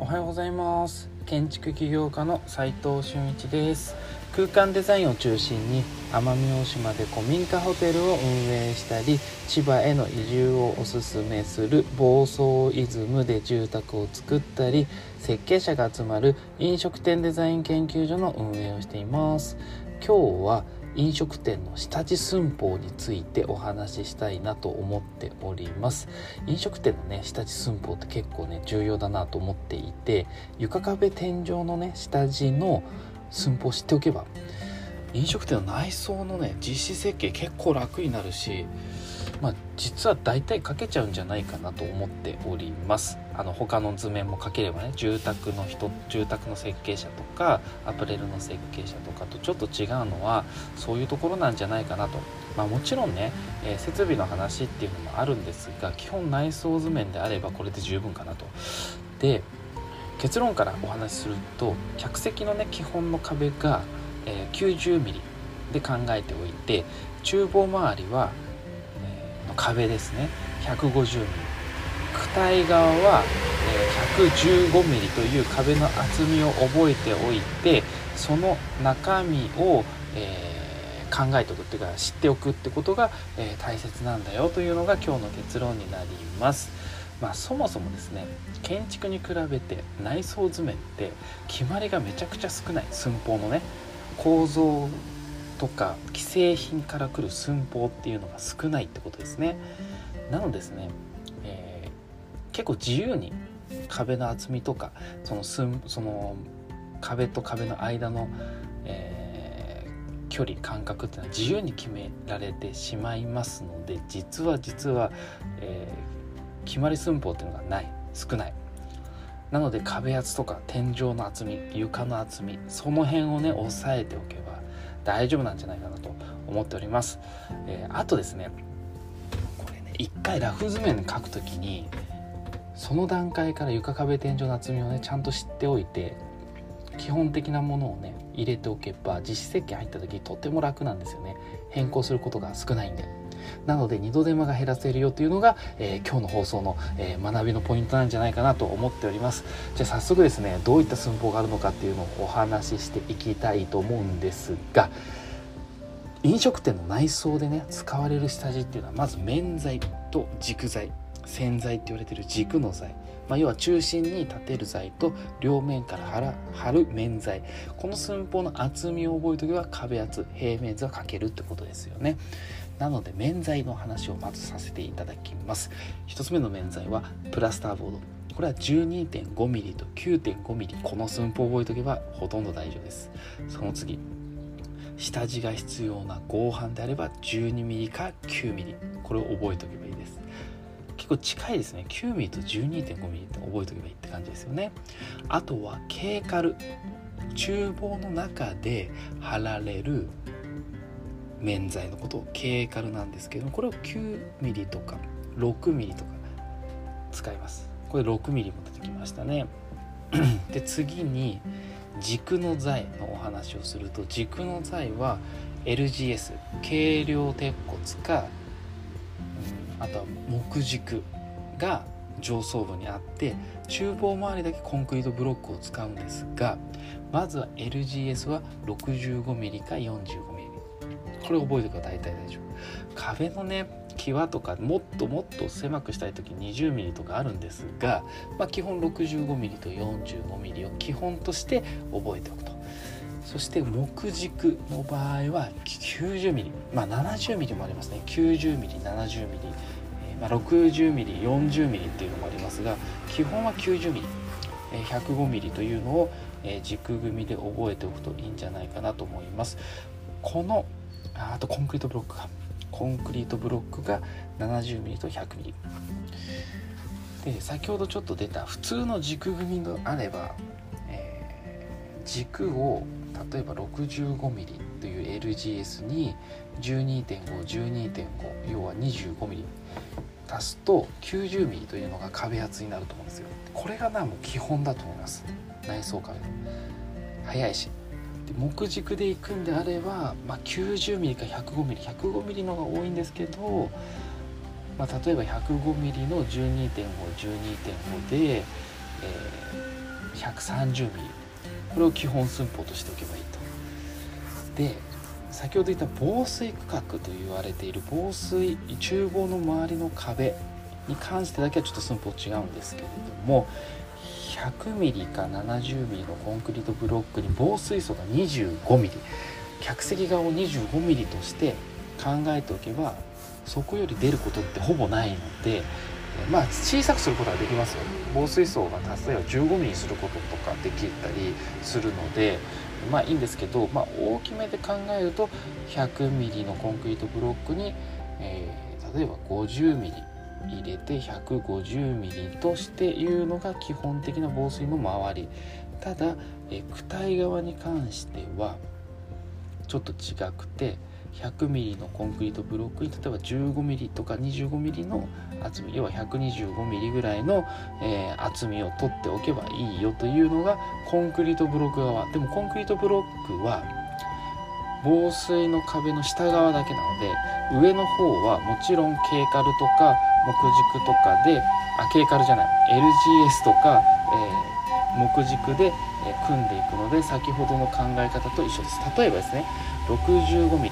はようございます。建築起業家の斉藤俊一です。空間デザインを中心に奄美大島で古民家ホテルを運営したり、千葉への移住をおすすめする房総イズムで住宅を作ったり、設計者が集まる飲食店デザイン研究所の運営をしています。今日は飲食店の下地寸法についてお話ししたいなと思っております。飲食店のね下地寸法って結構ね重要だなと思っていて、床壁天井のね下地の寸法を知っておけば飲食店の内装のね実施設計結構楽になるし、実は大体書けちゃうんじゃないかなと思っております。他の図面も書ければね、住宅の設計者とかアパレルの設計者とかとちょっと違うのはそういうところなんじゃないかなと。もちろんね、設備の話っていうのもあるんですが、基本内装図面であればこれで十分かなと。で、結論からお話しすると、客席のね基本の壁が、90ミリで考えておいて、厨房周りは壁ですね150ミリ、躯体側は115ミリという壁の厚みを覚えておいて、その中身を考えておくっていうか知っておくってことが大切なんだよというのが今日の結論になります。そもそもですね、建築に比べて内装図面って決まりがめちゃくちゃ少ない。寸法のね構造とか既製品から来る寸法っていうのが少ないってことですね。なのですね、結構自由に壁の厚みとかその壁と壁の間の、距離間隔っていうのは自由に決められてしまいますので、実は、決まり寸法っていうのが少ない。なので壁厚とか天井の厚み、床の厚み、その辺をね押さえておけば大丈夫なんじゃないかなと思っております。あとですね、これね一回ラフ図面書くときにその段階から床壁天井の厚みをねちゃんと知っておいて、基本的なものをね入れておけば実施設計入った時とても楽なんですよね。変更することが少ないんで。なので二度手間が減らせるよというのが、今日の放送の、学びのポイントなんじゃないかなと思っております。じゃあ早速ですね、どういった寸法があるのかっていうのをお話ししていきたいと思うんですが、飲食店の内装でね使われる下地っていうのはまず面材と軸材、線材って言われている軸の材、要は中心に立てる材と両面から貼る面材、この寸法の厚みを覚えておけば壁厚、平面図は書けるってことですよね。なので面材の話をまずさせていただきます。一つ目の面材はプラスターボード。これは 12.5 ミリと 9.5 ミリ、この寸法を覚えておけばほとんど大丈夫です。その次、下地が必要な合板であれば 12mm か 9mm、 これを覚えておけばいいです。結構近いですね。 9mm と 12.5mm って覚えておけばいいって感じですよね。あとはケーカル、厨房の中で貼られる面材のことをケーカルなんですけど、これを 9mm とか 6mm とか使います。これ 6mm も出てきましたね。で次に軸の材のお話をすると、軸の材は LGS 軽量鉄骨か、あとは木軸が上層部にあって、厨房周りだけコンクリートブロックを使うんですが、まずは LGS は 65mm か 45mm、 これ覚えておけば大体大丈夫。壁のね際とかもっと狭くしたい時 20mm とかあるんですが、基本 65mm と 45mm を基本として覚えておくと。そして木軸の場合は 90mm、70mm もありますね。 90mm、70mm、60mm、40mm っていうのもありますが、基本は 90mm、105mm というのを軸組で覚えておくといいんじゃないかなと思います。あとコンクリートブロックが 70mm と 100mm で、先ほどちょっと出た普通の軸組であれば、軸を例えば 65mm という LGS に 12.5、要は 25mm 足すと 90mm というのが壁厚になると思うんですよ。これがもう基本だと思います。内装壁早いし、木軸でいくんであれば、90mm か 105mm の方が多いんですけど、例えば 105mm の 12.5 で、 130ミリ、これを基本寸法としておけばいいと。で先ほど言った防水区画と言われている防水厨房の周りの壁に関してだけはちょっと寸法違うんですけれども、100ミリか70ミリのコンクリートブロックに防水層が25ミリ、客席側を25ミリとして考えておけば、そこより出ることってほぼないので、小さくすることはできますよ。防水層が例えば15ミリにすることとかできたりするのでいいんですけど、大きめで考えると100ミリのコンクリートブロックに、例えば50ミリ入れて150ミリとしていうのが基本的な防水の周り。ただ、躯体側に関してはちょっと違くて、100ミリのコンクリートブロックに例えば15ミリとか25ミリの厚み、要は125ミリぐらいの、厚みを取っておけばいいよというのがコンクリートブロック側。でもコンクリートブロックは防水の壁の下側だけなので、上の方はもちろんケーカルとか木軸とかでケーカルじゃない LGS とか、木軸で組んでいくので、先ほどの考え方と一緒です。例えばですね、65ミリ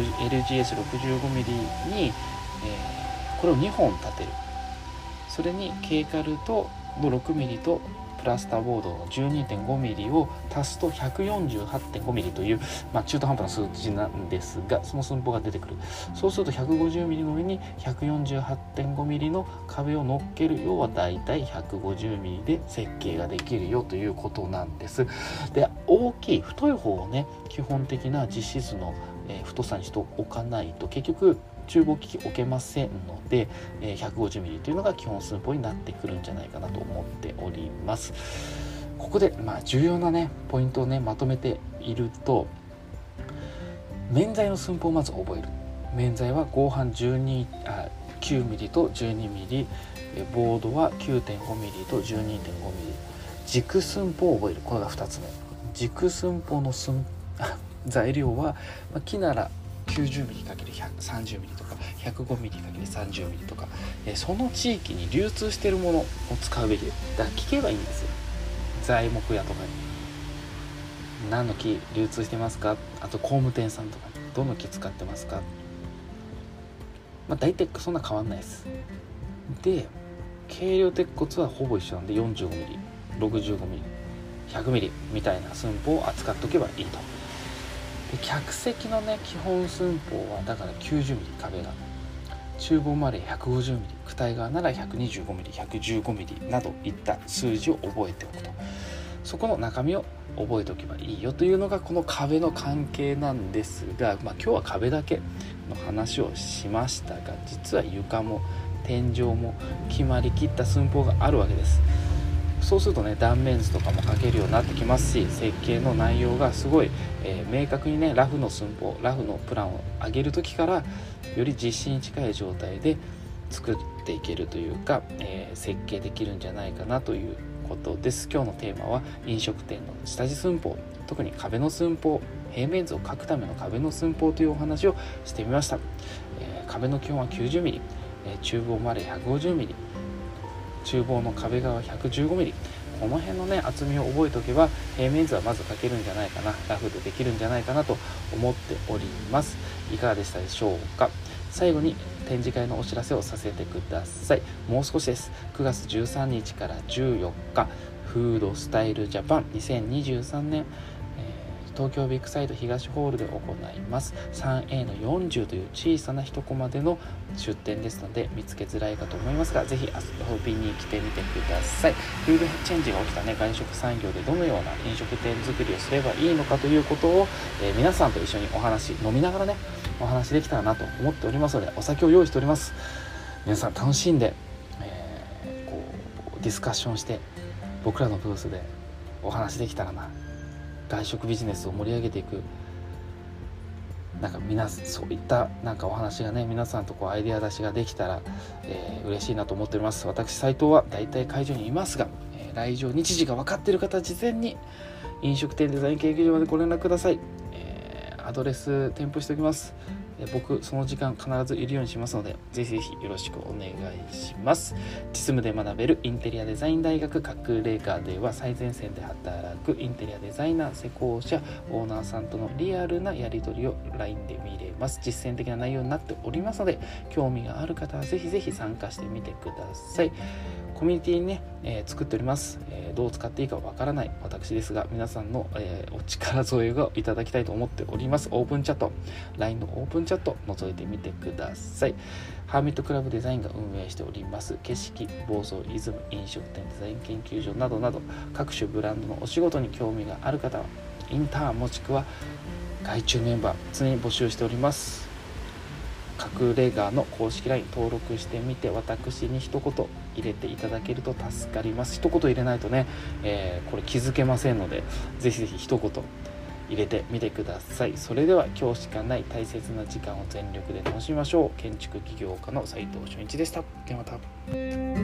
LGS65 ミリに、これを2本立てる。それにケーカルとの6ミリとプラスターボードの 12.5 ミリを足すと 148.5 ミリという、中途半端な数字なんですが、その寸法が出てくる。そうすると150ミリの上に 148.5 ミリの壁を乗っける。要はだいたい150ミリで設計ができるよということなんです。で、大きい太い方をね、基本的な実施図の太さにしておかないと結局厨房機器置けませんので、150ミリというのが基本寸法になってくるんじゃないかなと思っております。ここで、重要なねポイントをねまとめていると、面材の寸法をまず覚える。面材は合板9ミリと12ミリ、ボードは 9.5 ミリと 12.5 ミリ。軸寸法を覚える。これが2つ目。軸寸法の材料は、木なら90ミリ ×30 ミリとか105ミリ ×30 ミリとか、その地域に流通しているものを使うべきで、だから聞けばいいんですよ。材木屋とかに何の木流通してますか、あと工務店さんとかにどの木使ってますか、大体そんな変わんないです。で、軽量鉄骨はほぼ一緒なんで45ミリ65ミリ100ミリみたいな寸法を扱っておけばいいと。で、客席のね基本寸法はだから90ミリ、壁が厨房まで150ミリ、躯体側なら125ミリ115ミリなどいった数字を覚えておくと。そこの中身を覚えておけばいいよというのがこの壁の関係なんですが、今日は壁だけの話をしましたが、実は床も天井も決まりきった寸法があるわけです。そうするとね、断面図とかも書けるようになってきますし、設計の内容がすごい、明確にね、ラフの寸法、ラフのプランを上げる時からより実施に近い状態で作っていけるというか、設計できるんじゃないかなということです。今日のテーマは飲食店の下地寸法、特に壁の寸法、平面図を描くための壁の寸法というお話をしてみました。壁の基本は90ミリ、厨房まで150ミリ、厨房の壁側115ミリ、この辺のね厚みを覚えておけば平面図はまず描けるんじゃないかな、ラフでできるんじゃないかなと思っております。いかがでしたでしょうか。最後に展示会のお知らせをさせてください。もう少しです。9月13日から14日フードスタイルジャパン2023年、東京ビッグサイト東ホールで行います。 3A の40という小さな一コマでの出店ですので見つけづらいかと思いますが、ぜひ遊びに来てみてください。ルールチェンジが起きたね外食産業でどのような飲食店作りをすればいいのかということを、皆さんと一緒にお話飲みながらねお話できたらなと思っておりますので、お酒を用意しております。皆さん楽しんで、ディスカッションして僕らのブースでお話できたらな、外食ビジネスを盛り上げていく、そういったお話がね皆さんとアイデア出しができたら、嬉しいなと思っております。私斉藤はだいたい会場にいますが、来場日時が分かっている方は事前に飲食店デザイン研究所までご連絡ください。 アドレス添付しておきます。僕その時間必ずいるようにしますので、ぜひぜひよろしくお願いします。実務で学べるインテリアデザイン大学隠れ家では、最前線で働くインテリアデザイナー、施工者、オーナーさんとのリアルなやり取りを LINE で見れます。実践的な内容になっておりますので、興味がある方はぜひぜひ参加してみてください。コミュニティにね、作っております。どう使っていいかわからない私ですが、皆さんの、お力添えをいただきたいと思っております。オープンチャット、 LINE のオープンチャット覗いてみてください。ハーミットクラブデザインが運営しております景色、房総、イズム、飲食店デザイン研究所などなど、各種ブランドのお仕事に興味がある方はインターンもしくは外注メンバー常に募集しております。隠れ家の公式 LINE 登録してみて、私に一言入れていただけると助かります。一言入れないとね、これ気づけませんので、ぜひぜひ一言入れてみてください。それでは今日しかない大切な時間を全力で楽しみましょう。建築起業家の斉藤俊一でした。ではまた。